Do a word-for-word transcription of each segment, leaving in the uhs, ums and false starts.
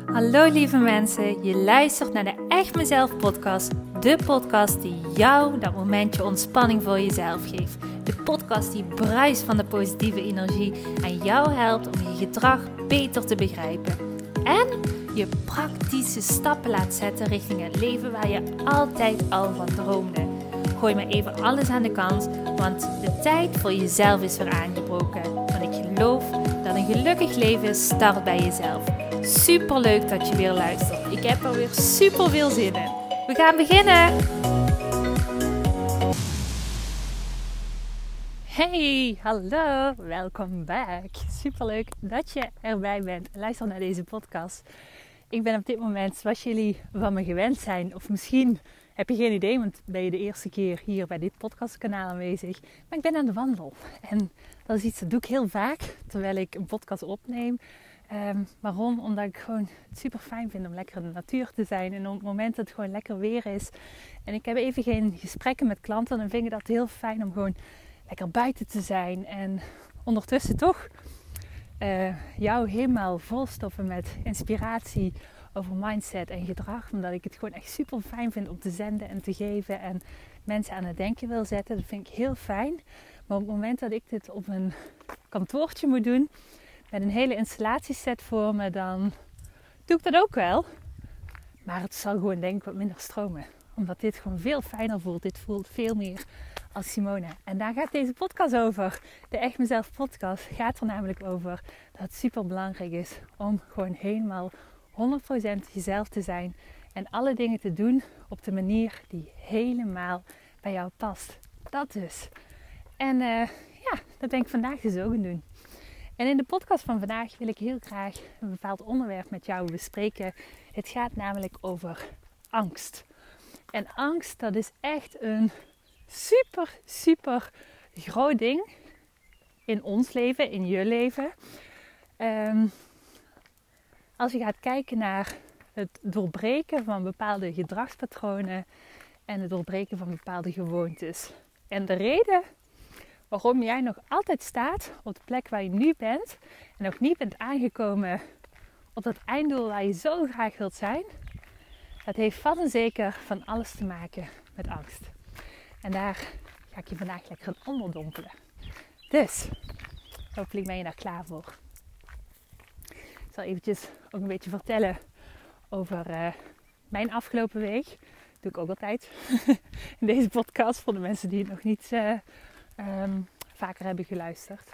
Hallo lieve mensen, je luistert naar de Echt Mezelf podcast. De podcast die jou dat momentje ontspanning voor jezelf geeft. De podcast die bruist van de positieve energie en jou helpt om je gedrag beter te begrijpen. En je praktische stappen laat zetten richting het leven waar je altijd al van droomde. Gooi maar even alles aan de kant, want de tijd voor jezelf is weer aangebroken. Want ik geloof dat een gelukkig leven start bij jezelf. Super leuk dat je weer luistert. Ik heb er weer super veel zin in. We gaan beginnen! Hey, hallo, welkom back. Super leuk dat je erbij bent. Luister naar deze podcast. Ik ben op dit moment, zoals jullie van me gewend zijn, of misschien heb je geen idee, want ben je de eerste keer hier bij dit podcastkanaal aanwezig. Maar ik ben aan de wandel. En dat is iets dat doe ik heel vaak, terwijl ik een podcast opneem. Um, waarom? Omdat ik gewoon het super fijn vind om lekker in de natuur te zijn. En op het moment dat het gewoon lekker weer is. En ik heb even geen gesprekken met klanten. Dan vind ik dat heel fijn om gewoon lekker buiten te zijn. En ondertussen toch uh, jou helemaal volstoppen met inspiratie over mindset en gedrag. Omdat ik het gewoon echt super fijn vind om te zenden en te geven. En mensen aan het denken wil zetten. Dat vind ik heel fijn. Maar op het moment dat ik dit op een kantoortje moet doen, met een hele installatieset voor me, dan doe ik dat ook wel. Maar het zal gewoon denk ik wat minder stromen. Omdat dit gewoon veel fijner voelt. Dit voelt veel meer als Simone. En daar gaat deze podcast over. De Echt Mezelf podcast gaat er namelijk over dat het super belangrijk is om gewoon helemaal honderd procent jezelf te zijn. En alle dingen te doen op de manier die helemaal bij jou past. Dat dus. En uh, ja, dat ben ik vandaag dus ook gaan doen. En in de podcast van vandaag wil ik heel graag een bepaald onderwerp met jou bespreken. Het gaat namelijk over angst. En angst, dat is echt een super, super groot ding in ons leven, in je leven. Um, als je gaat kijken naar het doorbreken van bepaalde gedragspatronen en het doorbreken van bepaalde gewoontes. En de reden waarom jij nog altijd staat op de plek waar je nu bent en nog niet bent aangekomen op dat einddoel waar je zo graag wilt zijn, dat heeft vast en zeker van alles te maken met angst. En daar ga ik je vandaag lekker in onderdompelen. Dus, hopelijk ben je daar klaar voor. Ik zal eventjes ook een beetje vertellen over uh, mijn afgelopen week. Dat doe ik ook altijd in deze podcast voor de mensen die het nog niet Uh, Um, vaker hebben geluisterd.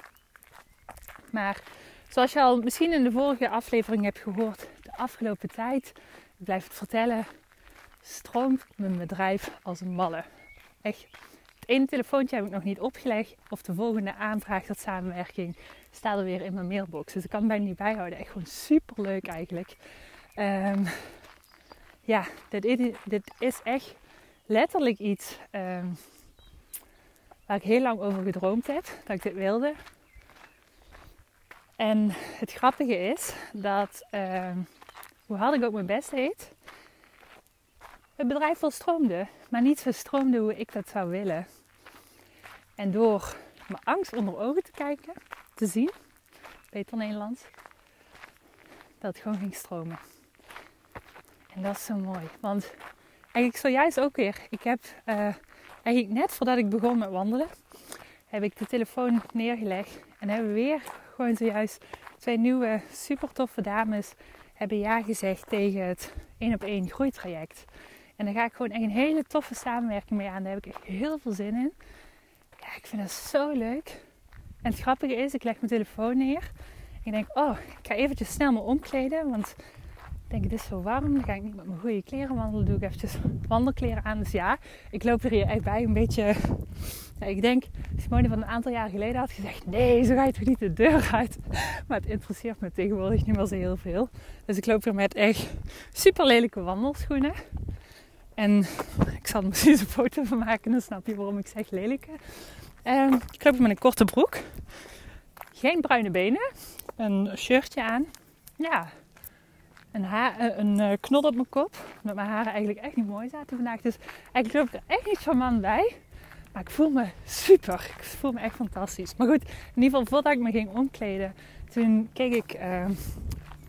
Maar zoals je al misschien in de vorige aflevering hebt gehoord, de afgelopen tijd, ik blijf het vertellen, stroomt mijn bedrijf als een malle. Echt, het ene telefoontje heb ik nog niet opgelegd of de volgende aanvraag tot samenwerking staat er weer in mijn mailbox. Dus ik kan het bijna niet bijhouden. Echt gewoon super leuk eigenlijk. Um, ja, dit is, dit is echt letterlijk iets Um, waar ik heel lang over gedroomd heb, dat ik dit wilde. En het grappige is dat, uh, hoe hard ik ook mijn best deed, het bedrijf wel stroomde, maar niet zo stroomde hoe ik dat zou willen. En door mijn angst onder ogen te kijken, te zien, beter Nederlands, dat het gewoon ging stromen. En dat is zo mooi, want eigenlijk zojuist ook weer, ik heb Uh, Eigenlijk net voordat ik begon met wandelen, heb ik de telefoon neergelegd. En hebben we weer gewoon zojuist twee nieuwe super toffe dames hebben ja gezegd tegen het één op één groeitraject. En daar ga ik gewoon echt een hele toffe samenwerking mee aan. Daar heb ik echt heel veel zin in. Ja, ik vind dat zo leuk. En het grappige is, ik leg mijn telefoon neer. En ik denk, oh, ik ga eventjes snel me omkleden, want ik denk, het is zo warm, dan ga ik niet met mijn goede kleren wandelen. Doe ik eventjes wandelkleren aan. Dus ja, ik loop er hier echt bij een beetje. Ja, ik denk, Simone van een aantal jaar geleden had gezegd, nee, zo ga je toch niet de deur uit. Maar het interesseert me tegenwoordig niet meer zo heel veel. Dus ik loop hier met echt super lelijke wandelschoenen. En ik zal er misschien een foto van maken, dan snap je waarom ik zeg lelijke. En ik loop met een korte broek. Geen bruine benen. Een shirtje aan. Ja. Een, haar, een knot op mijn kop. Omdat mijn haren eigenlijk echt niet mooi zaten vandaag. Dus eigenlijk loop ik er echt niet charmant bij. Maar ik voel me super. Ik voel me echt fantastisch. Maar goed, in ieder geval voordat ik me ging omkleden. Toen keek ik uh,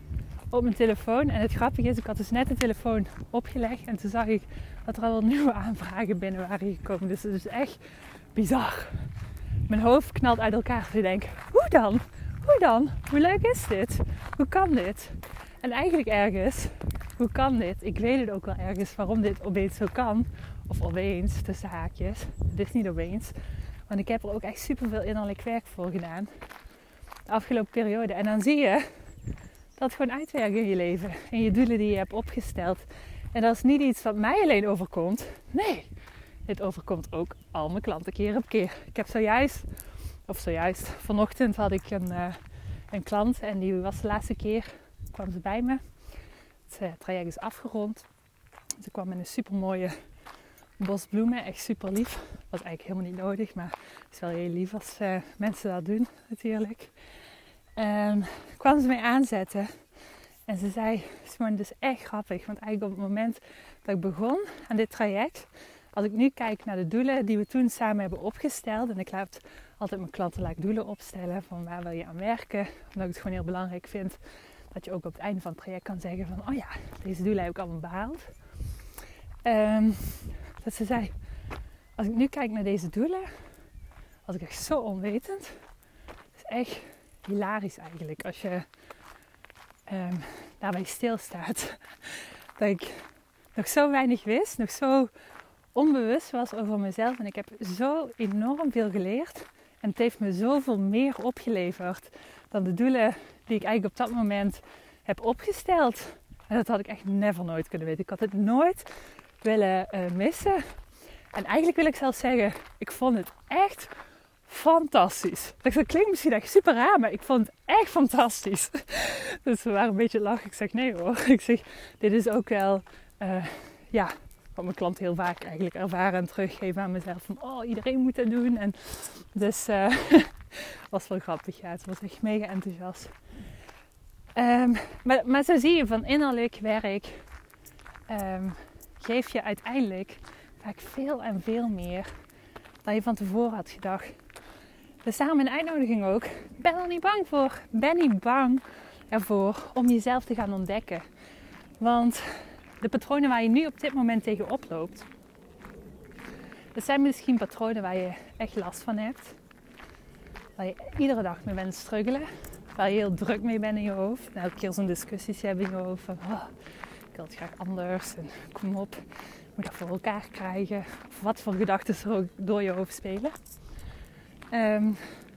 op mijn telefoon. En het grappige is, ik had dus net de telefoon opgelegd. En toen zag ik dat er al wel nieuwe aanvragen binnen waren gekomen. Dus het is echt bizar. Mijn hoofd knalt uit elkaar. Dus ik denk, hoe dan? Hoe dan? Hoe leuk is dit? Hoe kan dit? En eigenlijk ergens, hoe kan dit? Ik weet het ook wel ergens waarom dit opeens zo kan. Of opeens, tussen haakjes. Het is niet opeens. Want ik heb er ook echt superveel innerlijk werk voor gedaan. De afgelopen periode. En dan zie je dat het gewoon uitwerkt in je leven. En je doelen die je hebt opgesteld. En dat is niet iets wat mij alleen overkomt. Nee, dit overkomt ook al mijn klanten keer op keer. Ik heb zojuist, of zojuist, vanochtend had ik een, uh, een klant. En die was de laatste keer, kwam ze bij me. Het uh, traject is afgerond. Ze kwam met een super mooie bos bloemen. Echt super lief. Was eigenlijk helemaal niet nodig. Maar het is wel heel lief als uh, mensen dat doen natuurlijk. Um, kwam ze mee aanzetten. En ze zei, Simone, dit is echt grappig. Want eigenlijk op het moment dat ik begon aan dit traject. Als ik nu kijk naar de doelen die we toen samen hebben opgesteld. En ik laat altijd mijn klanten laat doelen opstellen. Van waar wil je aan werken. Omdat ik het gewoon heel belangrijk vind. Dat je ook op het einde van het traject kan zeggen van, oh ja, deze doelen heb ik allemaal behaald. Um, dat ze zei, als ik nu kijk naar deze doelen. Was ik echt zo onwetend. Het is echt hilarisch eigenlijk. Als je um, daarbij stilstaat. Dat ik nog zo weinig wist. Nog zo onbewust was over mezelf. En ik heb zo enorm veel geleerd. En het heeft me zoveel meer opgeleverd. Dan de doelen die ik eigenlijk op dat moment heb opgesteld. En dat had ik echt never nooit kunnen weten. Ik had het nooit willen uh, missen. En eigenlijk wil ik zelfs zeggen, ik vond het echt fantastisch. Dat klinkt misschien echt super raar, maar ik vond het echt fantastisch. Dus we waren een beetje lachen. Ik zeg, nee hoor. Ik zeg, dit is ook wel, uh, ja, wat mijn klanten heel vaak eigenlijk ervaren en teruggeven aan mezelf. Van, oh, iedereen moet dat doen. En dus, uh, was wel grappig. Ja, het was echt mega enthousiast. Um, maar, maar zo zie je, van innerlijk werk um, geef je uiteindelijk vaak veel en veel meer dan je van tevoren had gedacht. Dus daarom een uitnodiging ook. Ben er niet bang voor. Ben niet bang ervoor om jezelf te gaan ontdekken. Want de patronen waar je nu op dit moment tegen oploopt, dat zijn misschien patronen waar je echt last van hebt. Waar je iedere dag mee bent struggelen. Waar je heel druk mee bent in je hoofd. En elke keer zo'n discussies hebben in je hoofd. Van, oh, ik wil het graag anders. En kom op, ik moet dat voor elkaar krijgen. Of wat voor gedachten er ook door je hoofd spelen. Um,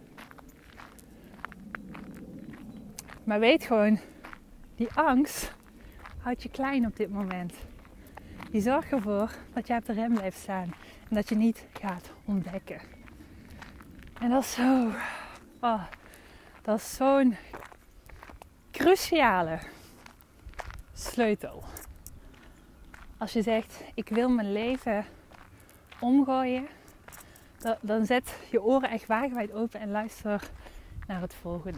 maar weet gewoon, die angst houdt je klein op dit moment. Die zorgt ervoor dat jij op de rem blijft staan. En dat je niet gaat ontdekken. En dat is zo... Oh, dat is zo'n cruciale sleutel. Als je zegt, ik wil mijn leven omgooien, dan, dan zet je oren echt wagenwijd open en luister naar het volgende.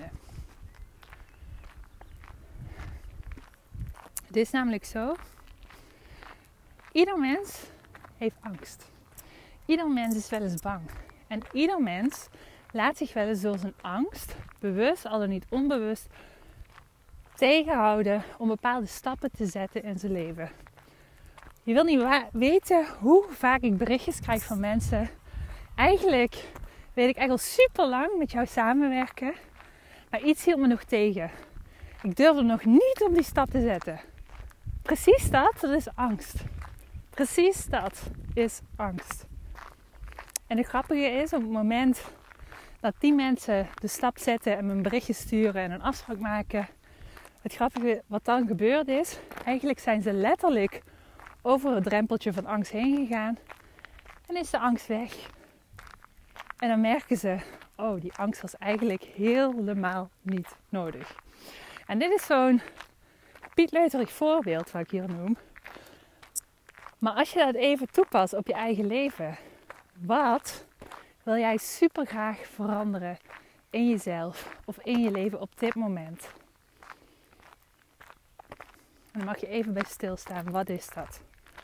Het is namelijk zo, ieder mens heeft angst. Ieder mens is wel eens bang. En ieder mens laat zich wel eens door zijn angst, bewust al dan niet onbewust, tegenhouden om bepaalde stappen te zetten in zijn leven. Je wil niet wa- weten hoe vaak ik berichtjes krijg van mensen. Eigenlijk weet ik echt al super lang met jou samenwerken, maar iets hield me nog tegen. Ik durfde nog niet om die stap te zetten. Precies dat, dat is angst. Precies dat is angst. En het grappige is, op het moment dat die mensen de stap zetten en me een berichtje sturen en een afspraak maken. Het grappige wat dan gebeurd is, eigenlijk zijn ze letterlijk over het drempeltje van angst heen gegaan. En is de angst weg. En dan merken ze, oh, die angst was eigenlijk helemaal niet nodig. En dit is zo'n pietleuterig voorbeeld wat ik hier noem. Maar als je dat even toepast op je eigen leven, wat wil jij super graag veranderen in jezelf of in je leven op dit moment? En dan mag je even bij stilstaan. Wat is dat?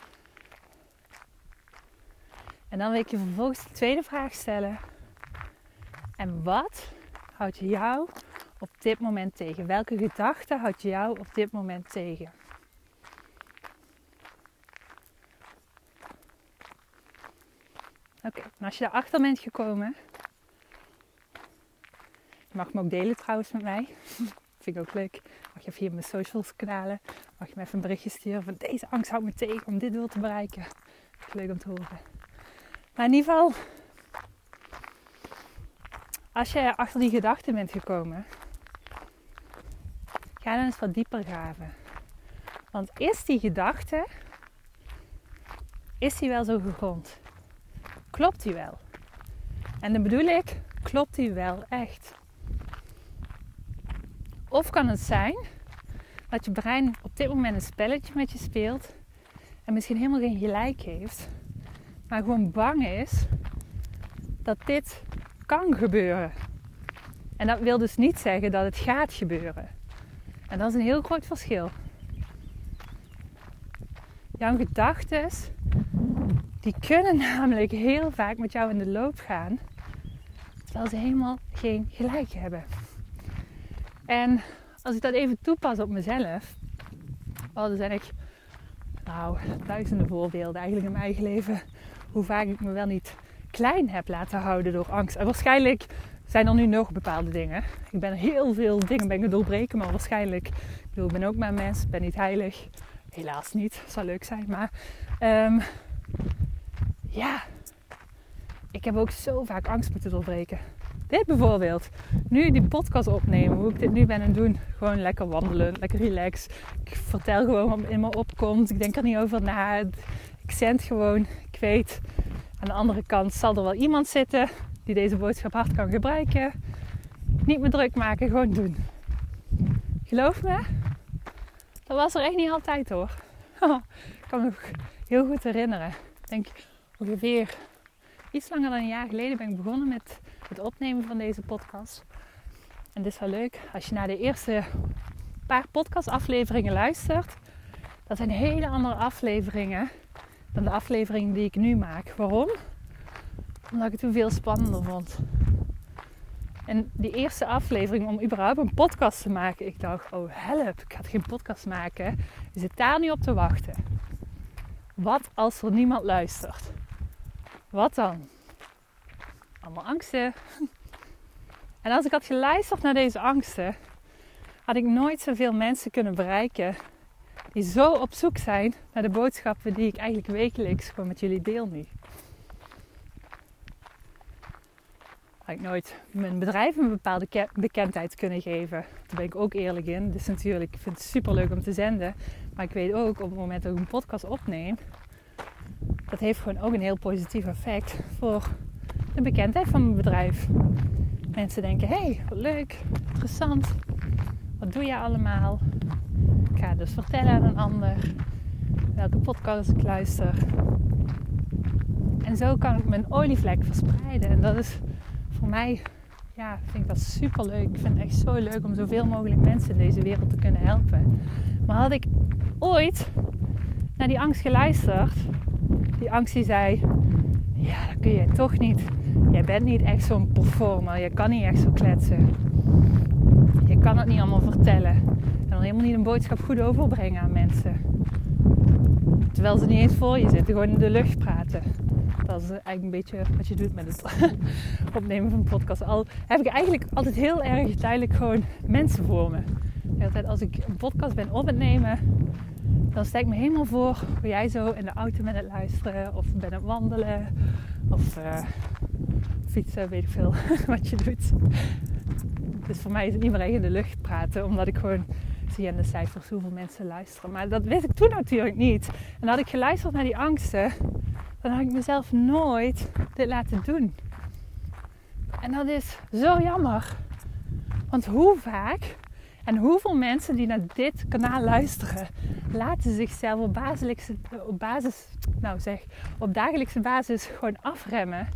En dan wil ik je vervolgens de tweede vraag stellen. En wat houdt jou op dit moment tegen? Welke gedachte houdt jou op dit moment tegen? Oké, okay, en als je daarachter bent gekomen, je mag me ook delen trouwens met mij. Vind ik ook leuk. Mag je via mijn socials kanalen, mag je me even een berichtje sturen van deze angst houdt me tegen om dit doel te bereiken. Vind ik leuk om te horen. Maar in ieder geval, als je achter die gedachten bent gekomen, ga dan eens wat dieper graven. Want is die gedachte, is die wel zo gegrond? Klopt die wel? En dan bedoel ik, klopt die wel echt? Of kan het zijn dat je brein op dit moment een spelletje met je speelt en misschien helemaal geen gelijk heeft, maar gewoon bang is dat dit kan gebeuren. En dat wil dus niet zeggen dat het gaat gebeuren. En dat is een heel groot verschil. Jouw gedachten, die kunnen namelijk heel vaak met jou in de loop gaan, terwijl ze helemaal geen gelijk hebben. En als ik dat even toepas op mezelf, oh, er zijn echt nou, duizenden voorbeelden eigenlijk in mijn eigen leven, hoe vaak ik me wel niet klein heb laten houden door angst. En waarschijnlijk zijn er nu nog bepaalde dingen. Ik ben heel veel dingen ben ik doorbreken, maar waarschijnlijk, ik bedoel, ik ben ook maar een mens, ik ben niet heilig. Helaas niet, dat zou leuk zijn, maar um, ja, ik heb ook zo vaak angst moeten doorbreken. Dit bijvoorbeeld, nu die podcast opnemen, hoe ik dit nu ben aan het doen. Gewoon lekker wandelen, lekker relax. Ik vertel gewoon wat in me opkomt. Ik denk er niet over na. Ik zend gewoon. Ik weet, aan de andere kant zal er wel iemand zitten die deze boodschap hard kan gebruiken. Niet meer druk maken, gewoon doen. Geloof me, dat was er echt niet altijd hoor. Ik kan me nog heel goed herinneren. Ik denk ongeveer iets langer dan een jaar geleden ben ik begonnen met het opnemen van deze podcast. En dit is wel leuk. Als je naar de eerste paar podcastafleveringen luistert, dat zijn hele andere afleveringen dan de afleveringen die ik nu maak. Waarom? Omdat ik het toen veel spannender vond. En die eerste aflevering om überhaupt een podcast te maken, ik dacht, oh help, ik ga geen podcast maken. Je zit daar niet op te wachten. Wat als er niemand luistert? Wat dan? Allemaal angsten. En als ik had geluisterd naar deze angsten, had ik nooit zoveel mensen kunnen bereiken die zo op zoek zijn naar de boodschappen die ik eigenlijk wekelijks gewoon met jullie deel nu. Had ik nooit mijn bedrijf een bepaalde ke- bekendheid kunnen geven. Daar ben ik ook eerlijk in. Dus natuurlijk, ik vind het super leuk om te zenden. Maar ik weet ook, op het moment dat ik een podcast opneem, dat heeft gewoon ook een heel positief effect voor de bekendheid van mijn bedrijf. Mensen denken, hé, hey, wat leuk, interessant. Wat doe je allemaal? Ik ga dus vertellen aan een ander welke podcast ik luister. En zo kan ik mijn olievlek verspreiden. En dat is voor mij, ja, vind ik dat super leuk. Ik vind het echt zo leuk om zoveel mogelijk mensen in deze wereld te kunnen helpen. Maar had ik ooit naar die angst geluisterd, die angst die zei, ja, dat kun je toch niet. Jij bent niet echt zo'n performer. Je kan niet echt zo kletsen. Je kan het niet allemaal vertellen. En dan helemaal niet een boodschap goed overbrengen aan mensen. Terwijl ze niet eens voor je zitten. Gewoon in de lucht praten. Dat is eigenlijk een beetje wat je doet met het opnemen van een podcast. Al heb ik eigenlijk altijd heel erg duidelijk gewoon mensen voor me. Altijd als ik een podcast ben op het nemen, dan stel ik me helemaal voor hoe jij zo in de auto bent aan het luisteren. Of ben aan het wandelen. Of uh, fietsen, weet ik veel wat je doet. Dus voor mij is het niet meer echt in de lucht praten. Omdat ik gewoon zie aan de cijfers hoeveel mensen luisteren. Maar dat wist ik toen natuurlijk niet. En had ik geluisterd naar die angsten, dan had ik mezelf nooit dit laten doen. En dat is zo jammer. Want hoe vaak en hoeveel mensen die naar dit kanaal luisteren, laten zichzelf op, op basis, nou zeg, op dagelijkse basis gewoon afremmen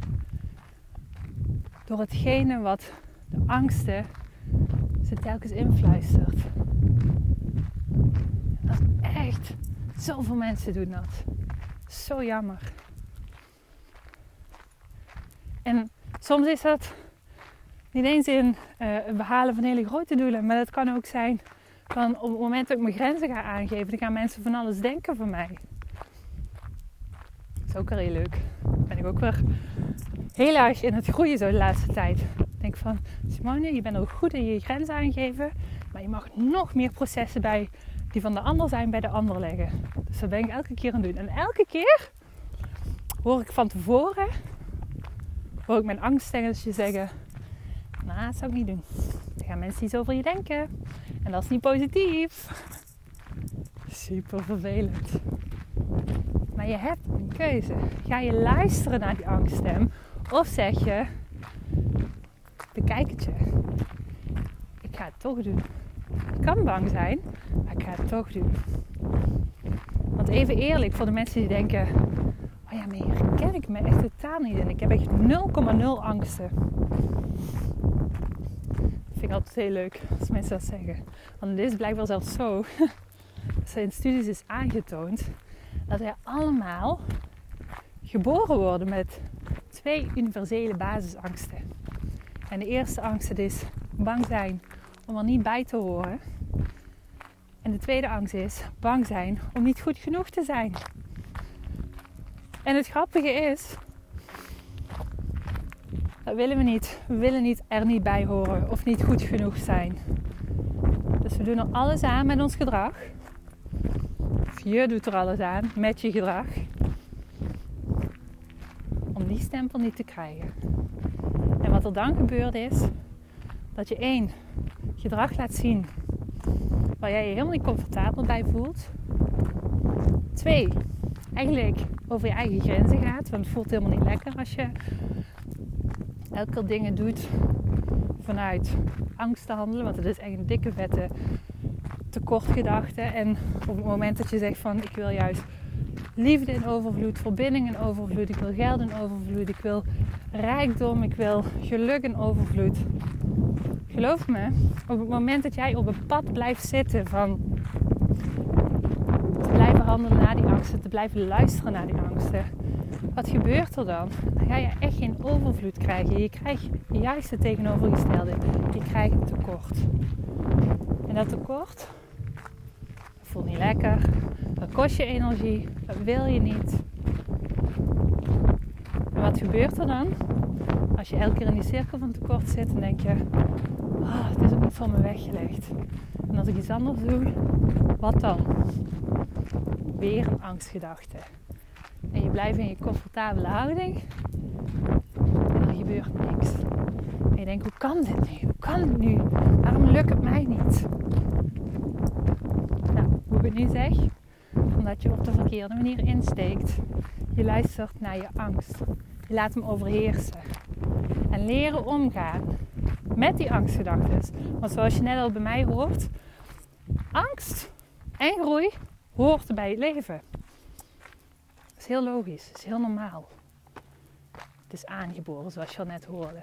door hetgene wat de angsten ze telkens influistert. Dat is echt, zoveel mensen doen dat. Zo jammer. En soms is dat Niet eens in uh, het behalen van hele grote doelen. Maar dat kan ook zijn van op het moment dat ik mijn grenzen ga aangeven. Dan gaan mensen van alles denken van mij. Dat is ook wel heel leuk. Dan ben ik ook weer heel erg in het groeien zo de laatste tijd. Ik denk van, Simone, je bent ook goed in je grenzen aangeven. Maar je mag nog meer processen bij die van de ander zijn, bij de ander leggen. Dus dat ben ik elke keer aan het doen. En elke keer hoor ik van tevoren, hoor ik mijn angststengeltje zeggen, nou, dat zou ik niet doen. Dan gaan mensen iets over je denken. En dat is niet positief. Super vervelend. Maar je hebt een keuze. Ga je luisteren naar die angststem? Of zeg je, bekijk het je. Ik ga het toch doen. Ik kan bang zijn, maar ik ga het toch doen. Want even eerlijk, voor de mensen die denken, oh ja, maar hier ken ik me echt totaal niet in. Ik heb echt nul komma nul angsten. Dat vind ik altijd heel leuk als mensen dat zeggen. Want het is blijkbaar zelfs zo, dat er in studies is aangetoond, dat wij allemaal geboren worden met twee universele basisangsten. En de eerste angst is bang zijn om er niet bij te horen. En de tweede angst is bang zijn om niet goed genoeg te zijn. En het grappige is, dat willen we niet. We willen niet er niet bij horen of niet goed genoeg zijn. Dus we doen er alles aan met ons gedrag. Of je doet er alles aan met je gedrag. Om die stempel niet te krijgen. En wat er dan gebeurt is, dat je één, gedrag laat zien waar jij je helemaal niet comfortabel bij voelt. Twee, eigenlijk over je eigen grenzen gaat. Want het voelt helemaal niet lekker als je elke keer dingen doet vanuit angst te handelen. Want het is echt een dikke vette tekortgedachte. En op het moment dat je zegt van ik wil juist liefde in overvloed, verbinding in overvloed, ik wil geld in overvloed, ik wil rijkdom, ik wil geluk in overvloed. Geloof me, op het moment dat jij op een pad blijft zitten van te blijven handelen naar die angsten, te blijven luisteren naar die angsten, wat gebeurt er dan? Dan ga je echt geen overvloed krijgen. Je krijgt juist het tegenovergestelde. Je krijgt een tekort. En dat tekort, dat voelt niet lekker. Dat kost je energie. Dat wil je niet. En wat gebeurt er dan? Als je elke keer in die cirkel van tekort zit, dan denk je, oh, het is ook niet voor me weggelegd. En als ik iets anders doe, wat dan? Weer een angstgedachte. En je blijft in je comfortabele houding. En er gebeurt niks. En je denkt, hoe kan dit nu? Hoe kan het nu? Waarom lukt het mij niet? Nou, hoe ik het nu zeg, omdat je op de verkeerde manier insteekt. Je luistert naar je angst. Je laat hem overheersen. En leren omgaan met die angstgedachten. Want zoals je net al bij mij hoort, angst en groei hoort bij het leven. Dat is heel logisch, dat is heel normaal. Het is aangeboren, zoals je al net hoorde.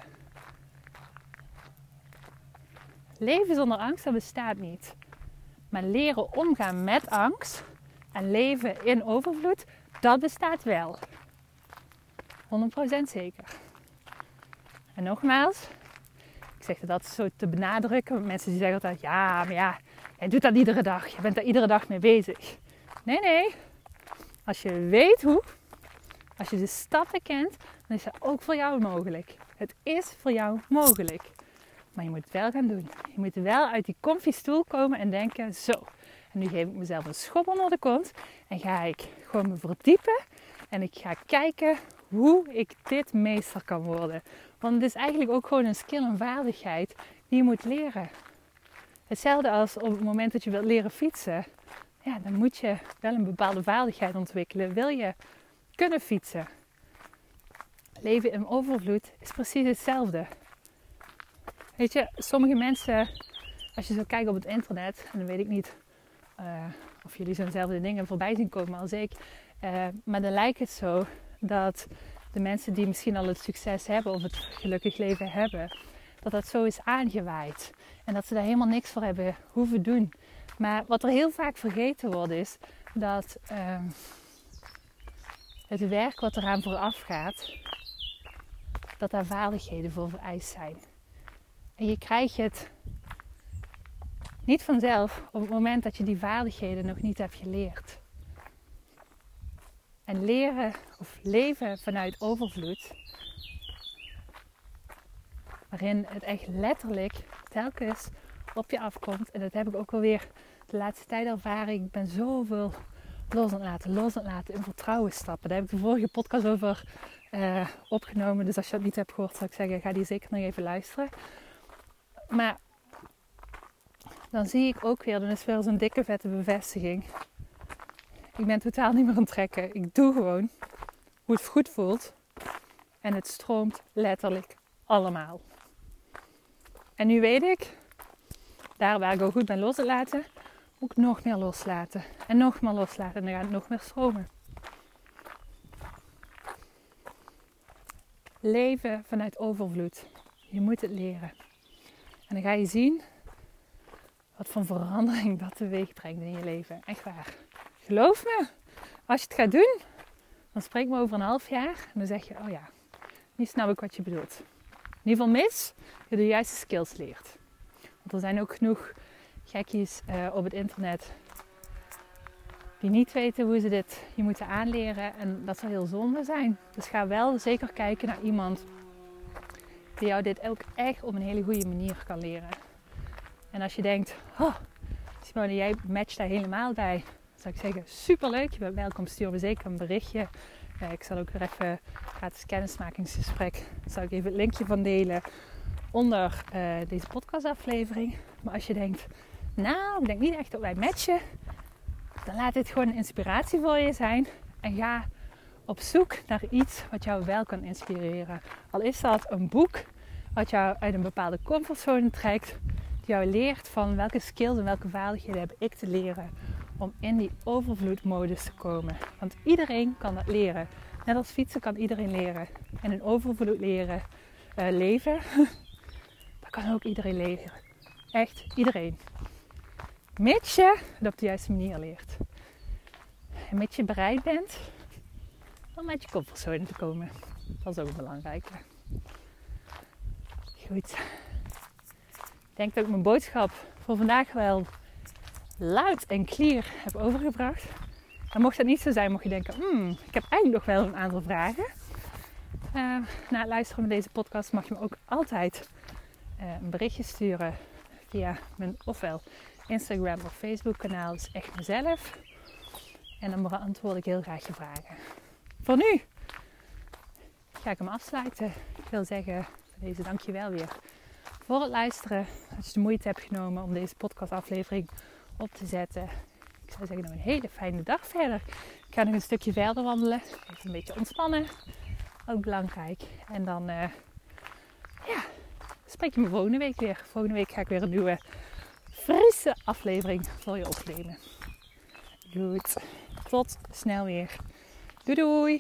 Leven zonder angst, dat bestaat niet. Maar leren omgaan met angst en leven in overvloed, dat bestaat wel. honderd procent zeker. En nogmaals, ik zeg dat zo te benadrukken. Want mensen die zeggen altijd, ja, maar ja, jij doet dat iedere dag. Je bent daar iedere dag mee bezig. Nee, nee. Als je weet hoe, als je de stappen kent, dan is dat ook voor jou mogelijk. Het is voor jou mogelijk. Maar je moet het wel gaan doen. Je moet wel uit die comfy stoel komen en denken, zo. En nu geef ik mezelf een schop onder de kont. En ga ik gewoon me verdiepen. En ik ga kijken hoe ik dit meester kan worden. Want het is eigenlijk ook gewoon een skill, een vaardigheid die je moet leren. Hetzelfde als op het moment dat je wilt leren fietsen. Ja, dan moet je wel een bepaalde vaardigheid ontwikkelen. Wil je kunnen fietsen? Leven in overvloed is precies hetzelfde. Weet je, sommige mensen, als je zo kijkt op het internet, en dan weet ik niet uh, of jullie zo'nzelfde dingen voorbij zien komen als ik. Uh, maar dan lijkt het zo dat de mensen die misschien al het succes hebben of het gelukkig leven hebben, dat dat zo is aangewaaid. En dat ze daar helemaal niks voor hebben hoeven doen. Maar wat er heel vaak vergeten wordt is dat uh, het werk wat eraan vooraf gaat, dat daar vaardigheden voor vereist zijn. En je krijgt het niet vanzelf op het moment dat je die vaardigheden nog niet hebt geleerd. En leren of leven vanuit overvloed, waarin het echt letterlijk telkens op je afkomt. En dat heb ik ook alweer de laatste tijd ervaren. Ik ben zoveel los aan het laten, los aan het laten, in vertrouwen stappen. Daar heb ik de vorige podcast over uh, opgenomen. Dus als je dat niet hebt gehoord, zou ik zeggen, ga die zeker nog even luisteren. Maar dan zie ik ook weer, dan is weer zo'n dikke vette bevestiging. Ik ben totaal niet meer aan het trekken. Ik doe gewoon hoe het goed voelt. En het stroomt letterlijk allemaal. En nu weet ik, daar waar ik al goed ben los te laten, moet ik nog meer loslaten. En nog meer loslaten. En dan gaat het nog meer stromen. Leven vanuit overvloed. Je moet het leren. En dan ga je zien wat voor verandering dat teweeg brengt in je leven. Echt waar. Geloof me, als je het gaat doen, dan spreek me over een half jaar. En dan zeg je, oh ja, nu snap ik wat je bedoelt. In ieder geval mis, je de juiste skills leert. Want er zijn ook genoeg gekkies uh, op het internet die niet weten hoe ze dit je moeten aanleren. En dat zou heel zonde zijn. Dus ga wel zeker kijken naar iemand die jou dit ook echt op een hele goede manier kan leren. En als je denkt, oh, Simone, jij matcht daar helemaal bij. Dan zou ik zeggen, superleuk, je bent welkom, stuur me zeker een berichtje. Uh, ik zal ook weer even gratis kennismakingsgesprek, daar zal ik even het linkje van delen onder uh, deze podcastaflevering. Maar als je denkt, nou, ik denk niet echt dat wij matchen, dan laat dit gewoon een inspiratie voor je zijn. En ga op zoek naar iets wat jou wel kan inspireren. Al is dat een boek wat jou uit een bepaalde comfortzone trekt, die jou leert van welke skills en welke vaardigheden heb ik te leren om in die overvloedmodus te komen. Want iedereen kan dat leren. Net als fietsen kan iedereen leren. En in overvloed leren, uh, leven, dat kan ook iedereen leren. Echt iedereen. Mits je het op de juiste manier leert. En mits je bereid bent om uit je comfortzone te komen. Dat is ook belangrijk. Goed. Ik denk dat ik mijn boodschap voor vandaag wel luid en clear heb overgebracht. En mocht dat niet zo zijn, mocht je denken, hmm, ik heb eigenlijk nog wel een aantal vragen. Uh, na het luisteren van deze podcast mag je me ook altijd uh, een berichtje sturen via mijn ofwel Instagram of Facebook kanaal. Dus echt mezelf. En dan beantwoord ik heel graag je vragen. Voor nu ga ik hem afsluiten. Ik wil zeggen, voor deze dankjewel weer voor het luisteren. Dat je de moeite hebt genomen om deze podcastaflevering op te zetten. Ik zou zeggen, nog een hele fijne dag verder. Ik ga nog een stukje verder wandelen. Even een beetje ontspannen. Ook belangrijk. En dan uh, ja, spreek je me volgende week weer. Volgende week ga ik weer een nieuwe frisse aflevering voor je opnemen. Goed. Tot snel weer. Doei doei.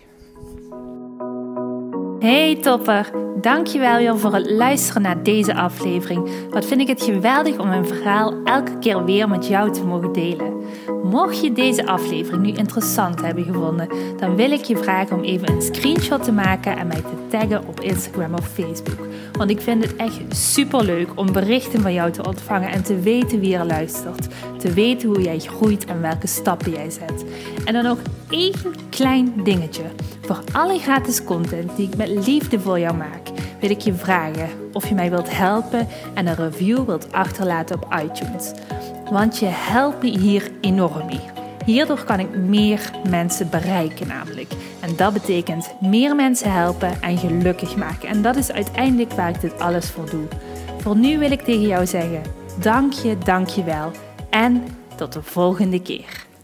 Hey topper, dankjewel weer voor het luisteren naar deze aflevering. Wat vind ik het geweldig om mijn verhaal elke keer weer met jou te mogen delen. Mocht je deze aflevering nu interessant hebben gevonden, dan wil ik je vragen om even een screenshot te maken en mij te taggen op Instagram of Facebook. Want ik vind het echt superleuk om berichten van jou te ontvangen en te weten wie er luistert. Te weten hoe jij groeit en welke stappen jij zet. En dan nog één klein dingetje. Voor alle gratis content die ik met liefde voor jou maak, wil ik je vragen of je mij wilt helpen en een review wilt achterlaten op iTunes. Want je helpt me hier enorm mee. Hierdoor kan ik meer mensen bereiken namelijk. En dat betekent meer mensen helpen en gelukkig maken. En dat is uiteindelijk waar ik dit alles voor doe. Voor nu wil ik tegen jou zeggen, dank je, dank je wel. En tot de volgende keer.